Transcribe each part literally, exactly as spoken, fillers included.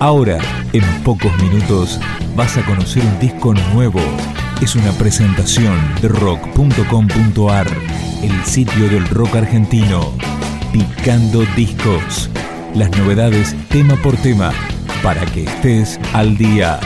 Ahora, en pocos minutos, vas a conocer un disco nuevo. Es una presentación de rock punto com punto a r, el sitio del rock argentino. Picando discos. Las novedades tema por tema, para que estés al día.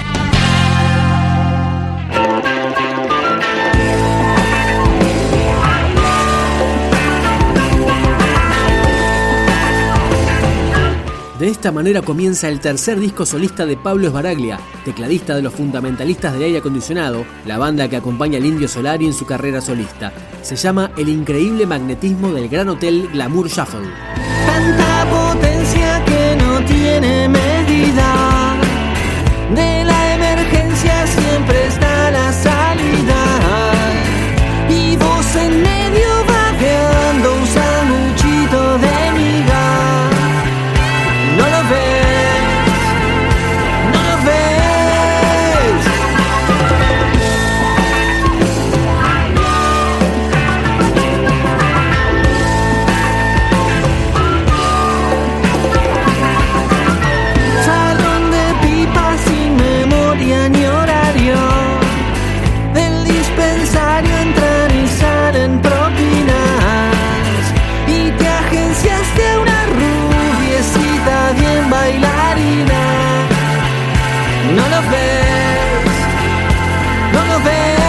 De esta manera comienza el tercer disco solista de Pablo Sbaraglia, tecladista de los Fundamentalistas del Aire Acondicionado, la banda que acompaña al Indio Solari en su carrera solista. Se llama El increíble magnetismo del Gran Hotel Glamour Shuffle. Tanta potencia que no tiene medida, de la emergencia siempre está la salida, y vos en medio vagueando un sanguchito de miga. No lo ves, no lo ves. Salón de pipas sin memoria ni horario, del dispensario entran y salen propinas, y te agenciaste a una rubiecita bien bailarina. No lo ves, no lo ves.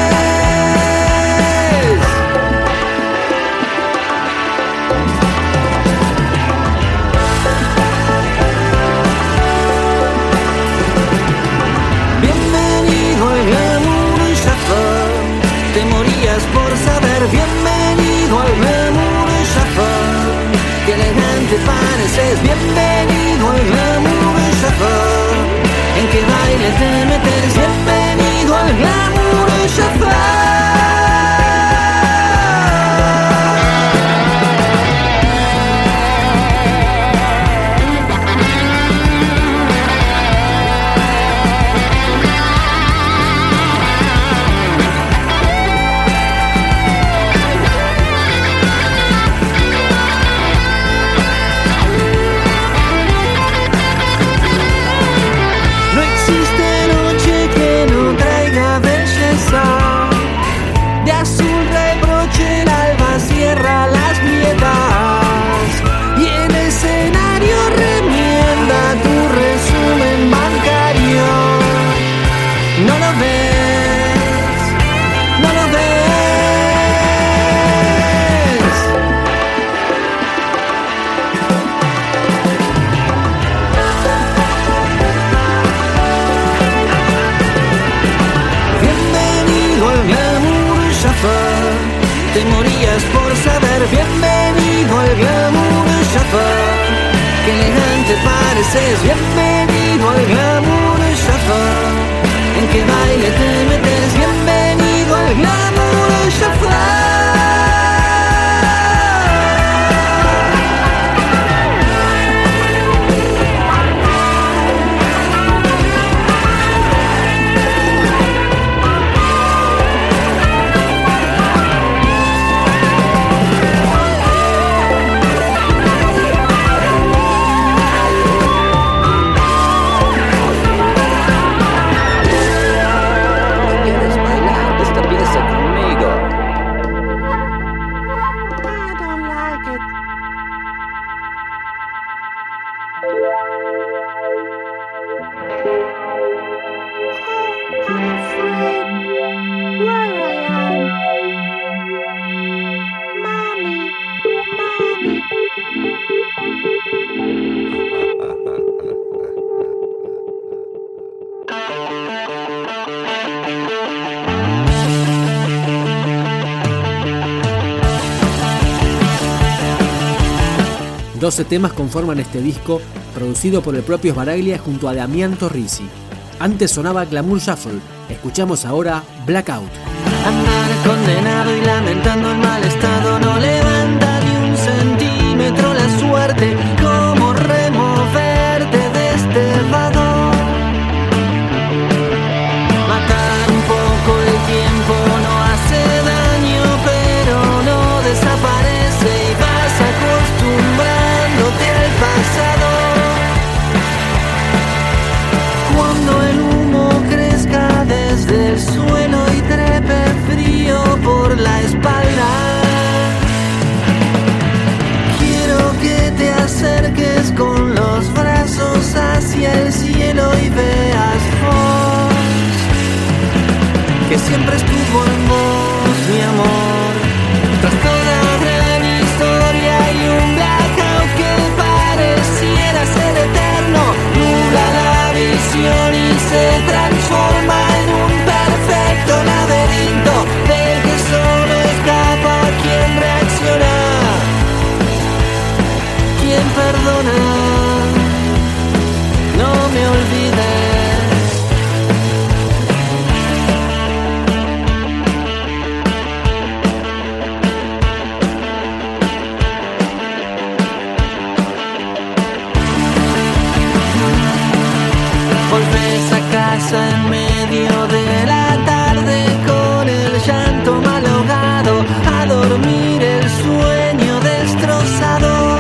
Bienvenido al Glamour Shuffle, te morías por saber. Bienvenido al Glamour Shuffle, qué elegante pareces. Bienvenido al Glamour Shuffle, en qué baile te metes. Bienvenido al Glamour Shuffle. De azul reproche el alba cierra las grietas, y el escenario remienda tu resumen bancario. No lo ves, no lo ves. Bienvenido al Glamour Shuffle, te morías por saber. Bienvenido al Glamour Shuffle, qué elegante pareces. Bienvenido al Glamour Shuffle, en qué baile te metes. Bienvenido al Glamour Shuffle. doce temas conforman este disco, producido por el propio Sbaraglia junto a Damián Torrisi. Antes sonaba Glamour Shuffle, escuchamos ahora Blackout. Andar condenado y lamentando el mal estado no levanta ni un centímetro la suerte. ¿Cómo removerte de este vado? Matar un poco el tiempo no hace daño, pero no desaparece y vas acostumbrándote al pasado. visión y se transforma en un perfecto laberinto del que solo escapa quien reacciona, quien perdona. No me olvides. Volves a casa en medio de la tarde con el llanto malahogado, a dormir el sueño destrozado.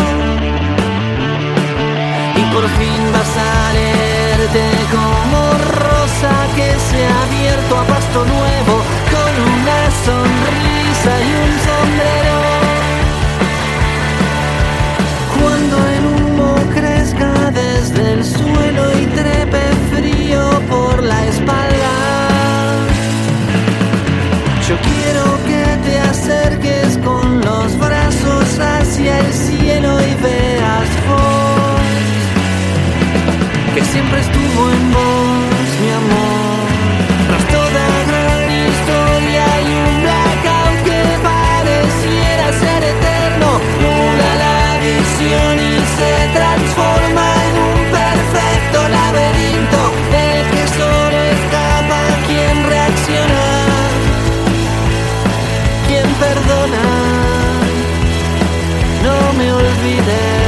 Y por fin vas a leerte como rosa que se ha abierto a pasto nuevo, con una sonrisa y un sombrero. Cuando el humo crezca desde el suelo y trepe frío por la espalda, yo quiero que te acerques con los brazos hacia el cielo y veas vos, que siempre estuvo en vos, mi amor. Tras toda gran historia y un blackout que pareciera ser eterno, nubla la visión y se transforma en un perfecto laberinto del que solo escapa quien reacciona, quien perdona. No me olvides.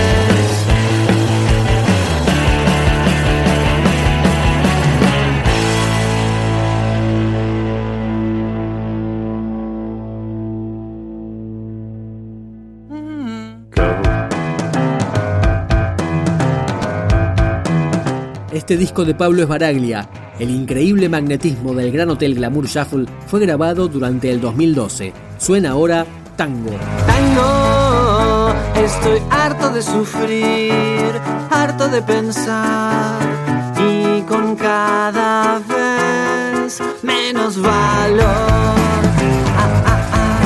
Este disco de Pablo Sbaraglia, el increíble magnetismo del Gran Hotel Glamour Shuffle, fue grabado durante el dos mil doce. Suena ahora Tango. Tango, estoy harto de sufrir, harto de pensar, y con cada vez menos valor. Ah, ah, ah.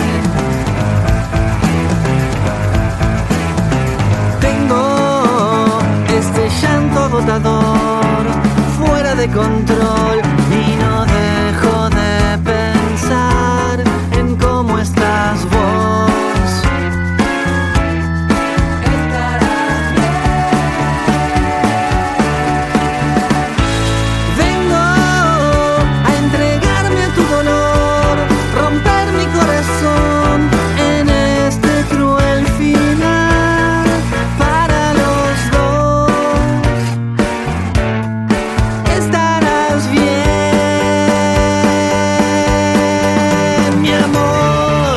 Tengo este llanto agotador, fuera de control, y no dejo de pensar en cómo estás vos. Estarás bien. Vengo a entregarme a tu dolor, romper mi corazón en este cruel final para los dos. Estarás bien, mi amor.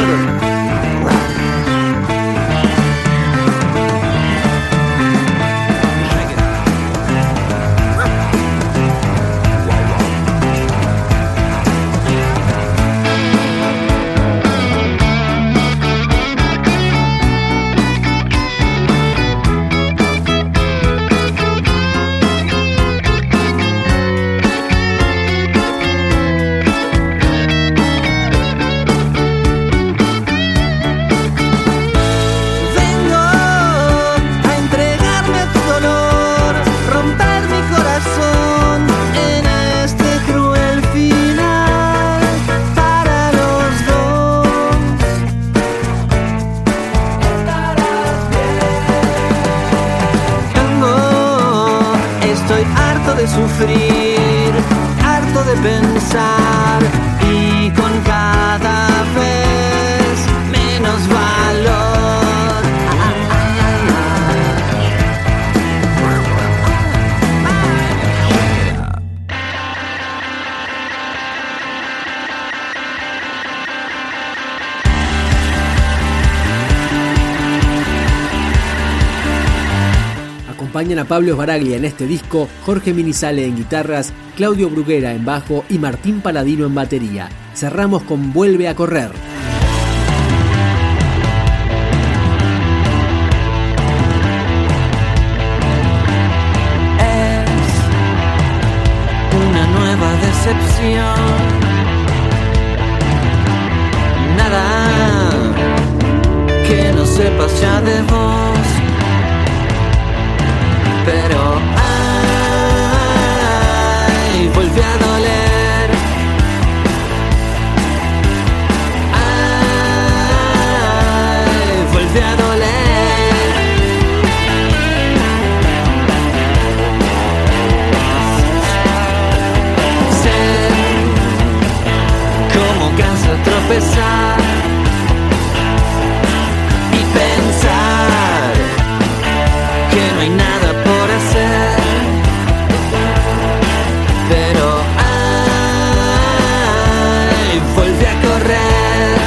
Vengo a entregarme a tu dolor, romper mi corazón en este cruel final para los dos. Estarás bien. Tango, estoy harto de sufrir, harto de pensar, y con cada vez menos valor. Ah, ah, ah, Acompañan a Pablo Sbaraglia en este disco Jorge Minizale en guitarras, Claudio Bruguera en bajo y Martín Paladino en batería. Cerramos con Vuelve a correr. Es una nueva decepción. Nada que no sepas ya de vos, pero vuelve a doler. Ay, vuelve a doler. Sé cómo cansa tropezar y pensar que no hay nada por hacer, pero ay, vuelve a correr.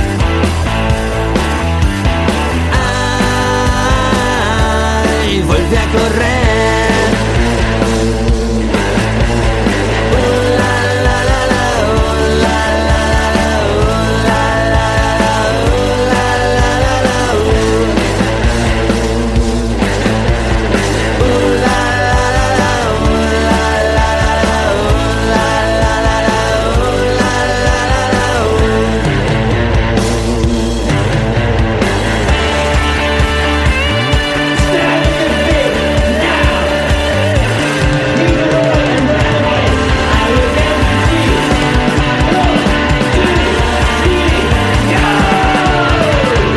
Ay, vuelve a correr.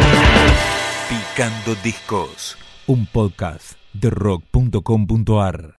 Picando Discos, un podcast de rock punto com punto ar.